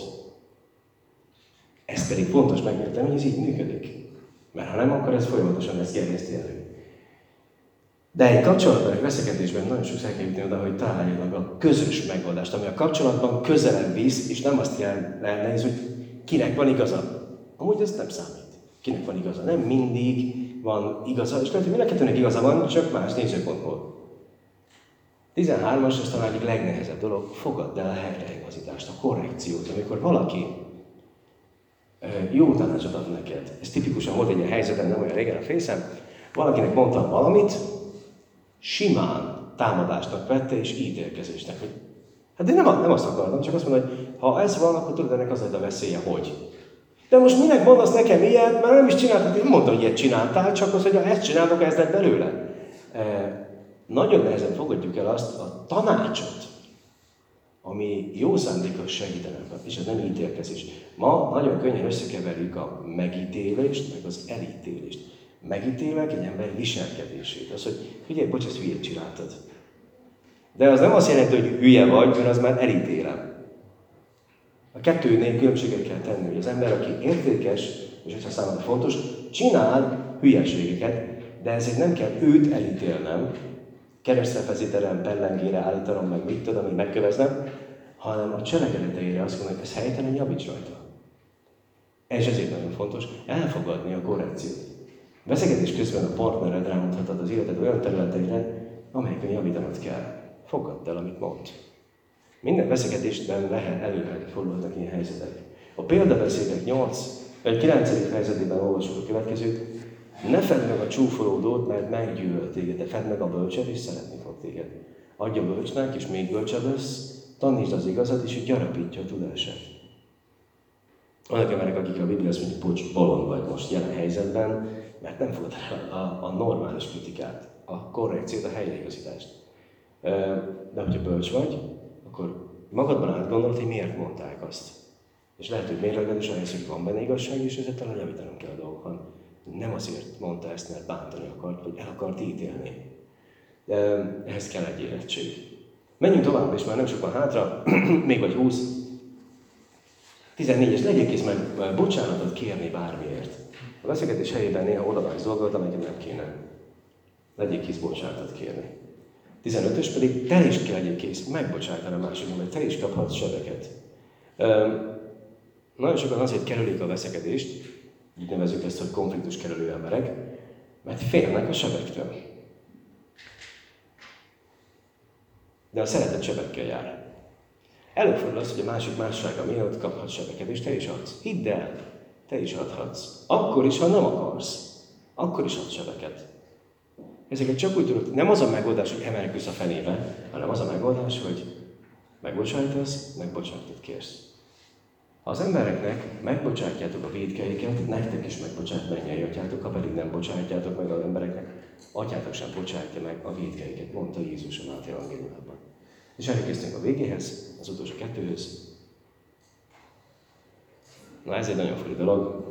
Ez pedig fontos megérteni, hogy ez így működik. Mert ha nem, akkor ez folyamatosan ezt gerjeszti elő. De egy kapcsolatban, egy veszekedésben nagyon sokszor el kell jutni oda, hogy találjanak a közös megoldást, ami a kapcsolatban közelebb visz, és nem azt jelenti, hogy kinek van igaza. Amúgy ez nem számít. Kinek van igaza. Nem mindig van igaza, és lehet, hogy mind a kettőnek igaza van, csak más nézőpontból. tizenhármas, ez talán egyik legnehezebb dolog, fogadd el a helyreigazítást, a korrekciót, amikor valaki jó tanácsot ad neked. Ez tipikusan volt egy ilyen helyzetben, nem olyan régen a fészem. Valakinek mondtam valamit, simán támadásnak vette és ítélkezésnek. Hogy, hát én nem, nem azt akartam, csak azt mondom, hogy ha ez van, akkor tudod, ennek az lett a veszélye, hogy. De most minek mondasz nekem ilyet, mert nem is csináltad, én mondtam, hogy ilyet csináltál, csak az, hogy ha ezt csináltok, ez lett belőle. E, nagyon nehezen fogadjuk el azt a tanácsot, ami jó szándékos segítenek, és ez nem ítélkezés. Ma nagyon könnyen összekeverjük a megítélést, meg az elítélést. Megítélek egy ember viselkedését. Az, hogy figyelj, bocs, ezt hülyét csináltad. De az nem azt jelenti, hogy hülye vagy, mert az már elítélem. A kettőnél különbséget kell tenni, hogy az ember, aki értékes, és hogyha számomra fontos, csinál hülyeségeket, de ezért nem kell őt elítélnem, keresztre feszítenem, pellengére állítanom, meg mit tudom, hogy megköveznem, hanem a cselekedeteire azt mondom, hogy ez helytelen, javíts rajta. És ezért nagyon fontos elfogadni a korrekciót. Beszélgetés közben a partnered rámutathat az életed olyan területeire, amelyeken javítanod kell. Fogadd el, amit mond. Minden beszélgetésben lehet előre fordulhatnak ilyen helyzetek. A példabeszédek kilencedik fejezetében olvasunk a következőt. Ne fedd meg a csúfolódót, mert meggyűlöl téged, de fedd meg a bölcset, és szeretni fog téged. Adj a bölcsnek, és még bölcsebb lesz, tanítsd az igazat, és gyarapítja a tudását. Vannak emberek, akik a Biblia azt mondja, bocs, bolond vagy most jelen helyzetben, mert nem fogod el a, a normális kritikát, a korrekciót, a helyreigazítást. De hogyha bölcs vagy, akkor magadban átgondolod, hogy miért mondták azt. És lehet, hogy mérlegelős ahelyez, hogy van benne igazság, és ezért talán javítanom kell a dolgokon. Nem azért mondta ezt, mert bántani akart, vagy el akart ítélni. De ehhez kell egy érettség. Menjünk tovább, és már nem sok van hátra, még vagy húsz. tizennégyes, legyél kész meg bocsánatot kérni bármiért. A beszélgetés helyében néha odavágsz dolgokat, amelyeket nem kéne. Legyél kész bocsánatot kérni. tizenötös pedig te is legyél kész megbocsájtani a másikon, mert te is kaphatsz sebeket. Üm, nagyon sokan azért kerülik a veszekedést, így nevezzük ezt, hogy konfliktus kerülő emberek, mert félnek a sebektől. De a szeretet sebekkel jár. Előfordul az, hogy a másik mássága miatt kaphat sebeket, és te is adsz. Hidd el, te is adhatsz. Akkor is, ha nem akarsz. Akkor is adsz sebeket. Ezeket csak úgy tudod, nem az a megoldás, hogy emelkülsz a fenébe, hanem az a megoldás, hogy megbocsájtasz, megbocsájtot kérsz. Ha az embereknek megbocsátjátok a vétkeiket, nektek is megbocsát mennyei atyátok, ha pedig nem bocsátjátok meg az embereknek, atyátok sem bocsátja meg a vétkeiket, mondta Jézus a Máté evangéliumában. És elkészítünk a végéhez, az utolsó kettőhöz. Na ez egy nagyon furi dolog.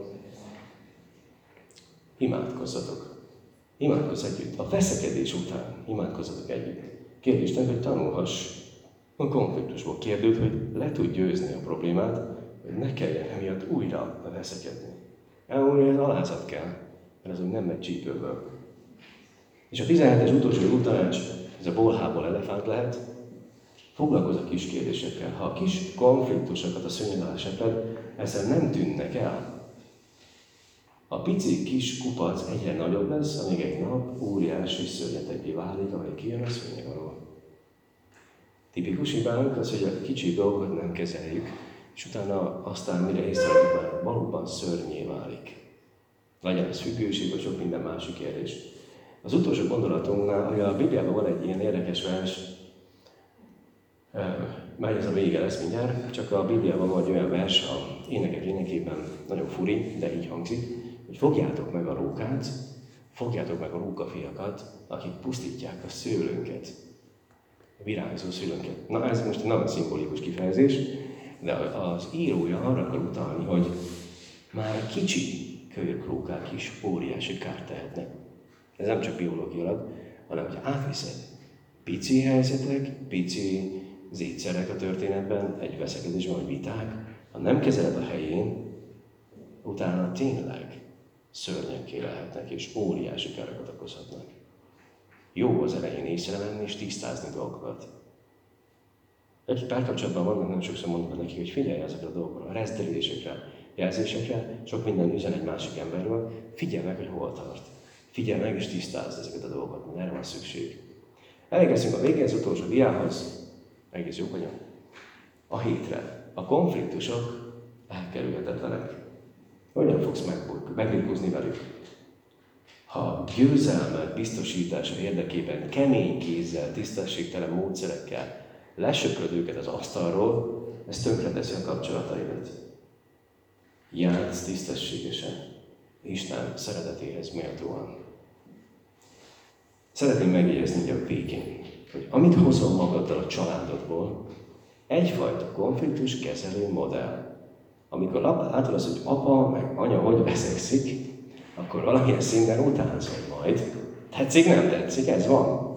Imádkozzatok. Imádkozz együtt. A veszekedés után imádkozzatok együtt. Kérd Isten, hogy tanulhass a konfliktusból. Kérd őt, hogy le tud győzni a problémát, hogy ne kelljen emiatt újra veszekedni. Elmúlni ez alázat kell, mert az úgy nem megy csípőből. És a tizenhetes utolsó jó tanács, ez a bolhából elefánt lehet, foglalkozz a kis kérdésekkel. Ha a kis konfliktusokat a szőnyeg alá sepred, ezzel nem tűnnek el. A pici kis kupac egyre nagyobb lesz, amíg egy nap óriási szörnyeteggé válik, ahogy kijön a szőnyeg alól. Tipikus hibánk az, hogy a kicsi dolgot nem kezeljük, és utána aztán mire észrevettük, már valóban szörnyé válik. Legyen ez függőség, vagy sok minden másik kérdés. Az utolsó gondolatunknál, a Bibliában van egy ilyen érdekes vers, már ez a vége lesz mindjárt, csak a Bibliában van egy olyan vers, a énekek énekében nagyon furi, de így hangzik, hogy fogjátok meg a rókát, fogjátok meg a rókafiakat, akik pusztítják a szőlőnket, a virágzó szőlőnket. Na ez most egy nagyon szimbolikus kifejezés, de az írója arra akar utalni, hogy már a kicsi kölyök rókák is óriási kárt tehetnek. Ez nem csak biológiailag, hanem hogy átviszed. Pici helyzetek, pici zétszerek a történetben, egy veszekedésben, vagy viták, ha nem kezeled a helyén, utána tényleg szörnyekké lehetnek, és óriási károkat okozhatnak. Jó az elején észrevenni és tisztázni dolgokat. Egy párkapcsolatban vannak, nagyon sokszor mondom neki, hogy figyelj ezekre a dolgokra, a rezdelődésekre, jelzésekre, sok minden üzen egy másik emberről, figyelj meg, hogy hol tart. Figyelj meg és tisztázd ezeket a dolgokat, mert erre van szükség. Elérkeztünk a végén, az utolsó diához, egész jó vagyok. A hétre. A konfliktusok elkerülhetetlenek. Hogyan fogsz megbirkózni velük? Ha győzelmek biztosítása érdekében kemény kézzel, tisztességtelen módszerekkel lesöpröd őket az asztalról, ez tönkreteszi a kapcsolataidat. Játsz tisztességesen, Isten szeretetéhez méltóan. Szeretném megjegyezni a végén, hogy amit hozol magaddal a családodból, egyfajta konfliktus kezelő modell. Amikor látod azt, hogy apa meg anya hogy veszekszik, akkor valamilyen szinten utánzol majd. Tetszik, nem tetszik, ez van.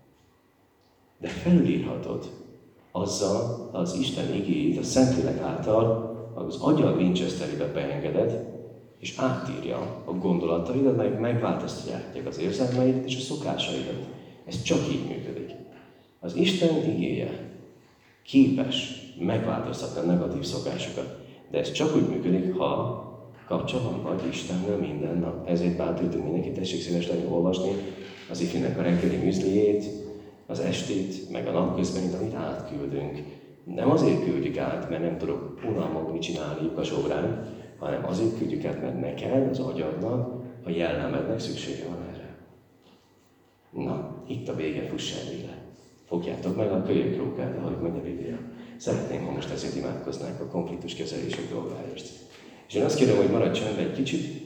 De felülírhatod azzal az Isten igéjét, a Szentlélek által az agyad Winchesterébe beengeded, és átírja a gondolataidat, meg megváltoztatják az érzelmeidet és a szokásaidat. Ez csak így működik. Az Isten igéje képes megváltoztatni a negatív szokásokat, de ez csak úgy működik, ha kapcsolatban vagy Istennel minden nap. Ezért bátorítunk mindenkit, tessék szívesen olvasni az ifinek a reggeli műzliét, az estét, meg a napközbenit, amit átküldünk. Nem azért küldjük át, mert nem tudok unalmon mit csinálni lyukas órán, hanem azért küldjük át, mert neked, az agyadnak, a jellemednek szüksége van erre. Na, itt a vége, fuss el véle. Fogjátok meg a kölyök rókát, ahogy mondja a Biblia. Szeretném, ha most ezért imádkoznánk a konfliktus kezelések dolgáért. És én azt kérem, hogy maradj csendben egy kicsit,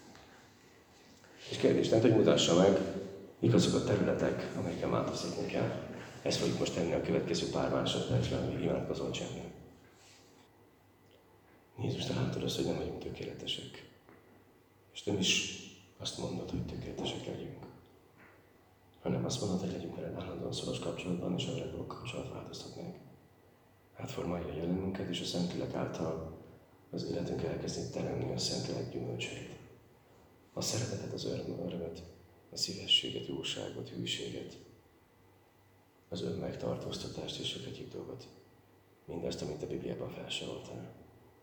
és kérdés Istent, hogy mutassa meg, mik azok a területek, amelyeken változtatni kell. Ezt fogjuk most tenni a következő pár másodpercben, amíg imádkozol csendben. Jézus, te látod azt, hogy nem vagyunk tökéletesek. És nem is azt mondod, hogy tökéletesek legyünk, hanem azt mondod, hogy legyünk veled állandóan szoros kapcsolatban, és a veled való kapcsolat változtatnánk. Átformálja a jelenünket, és a Szentlélek által az életünk elkezdi teremni a Szentlélek gyümölcseit. A szeretetet, az örömet, a szívességet, jóságot, hűséget, az önmegtartóztatást és sok egyéb dolgot. Mindazt, amit a Bibliában felsoroltál.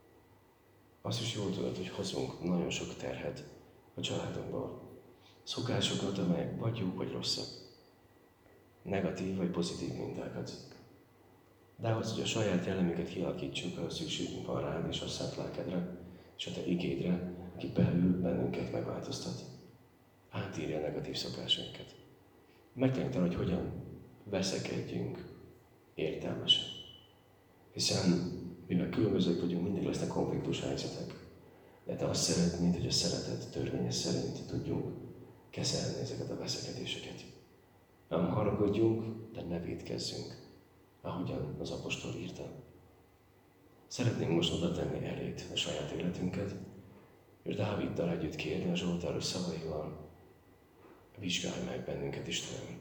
Azt is jól tudod, hogy hozunk nagyon sok terhet a családunkból. Szokásokat, amelyek vagy jók, vagy rosszak. Negatív, vagy pozitív mintákat. De ahhoz, hogy a saját jellemünket kialakítsuk, ahhoz szükségünk van rád és a szent lelkedre, és a te igédre, aki belül bennünket megváltoztat. Átírja a negatív szokásainkat. Megtanítan, hogy hogyan veszekedjünk értelmesen. Hiszen, mivel különbözők vagyunk, mindig lesznek konfliktus helyzetek. De te azt szeretnéd, hogy a szeretet törvénye szerint tudjunk kezelni ezeket a veszekedéseket. Nem haragudjunk, de ne vétkezzünk, ahogyan az apostol írta. Szeretnénk most oda tenni elét a saját életünket, és Dáviddal együtt kérni a Zsoltáros szavaival, vizsgálj meg bennünket, Istenem.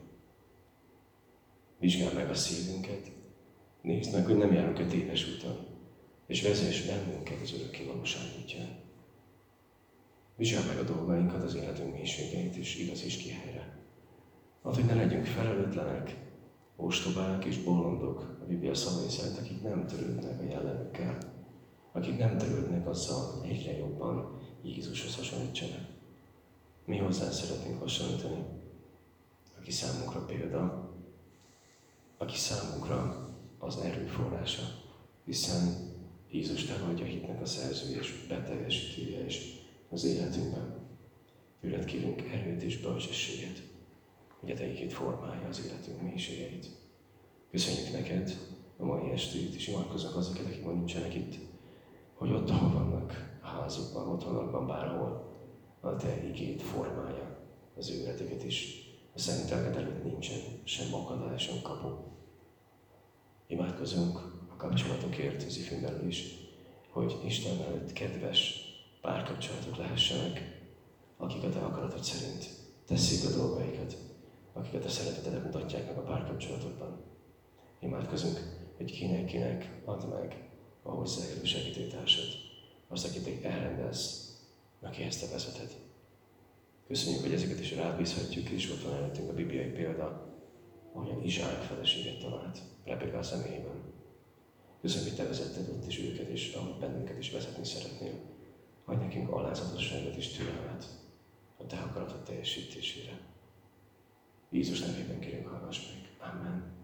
Vizsgálj meg a szívünket, nézd meg, hogy nem járunk a téves úton, és vezess bennünket az örökké valóság útján. Vizsgálj meg a dolgainkat, az életünk mélységeit, és igazíts ki helyre. Add, hogy ne legyünk felelőtlenek, ostobák és bolondok a Biblia szavai szerint, akik nem törődnek a jellemükkel, akik nem törődnek azzal, hogy egyre jobban Jézushoz hasonlítsanak. Mi hozzá szeretnénk hasonlítani, aki számunkra példa, aki számunkra az erőforrása, hiszen Jézus te vagy a hitnek a szerzője és beteljesítője is az életünkben. Tőled kérünk erőt és bölcsességet, hogy a te igéd formálja az életünk mélységeit. Köszönjük neked a mai estét, és imádkoznak azokat, akik ma nincsenek itt, hogy ott, ahol vannak, a házukban, otthonokban, bárhol, a te igéd formálja az ő életüket is. A szent lelked előtt nincsen sem akadály, sem kapu. Imádkozunk a kapcsolatokért az ifjún belül is, hogy Isten előtt kedves párkapcsolatok lehessenek, akik a te akaratod szerint teszik a dolgaikat akiket a szeretetedet mutatják meg a párkapcsolatokban. Imádkozunk, hogy kinek-kinek add meg a hozzáérő segítőtársat, azt, akit te elrendelsz, akihez te vezeted. Köszönjük, hogy ezeket is rábízhatjuk, és ott van előttünk a bibliai példa, ahogyan Izsák feleséget talált Rebeka személyében. Köszönjük, hogy te vezetted ott is őket, és ahogy bennünket is vezetni szeretnél. Adj nekünk alázatosságot és türelmet a te akaratod teljesítésére. Jézus nevében kérünk, hallgass meg. Amen.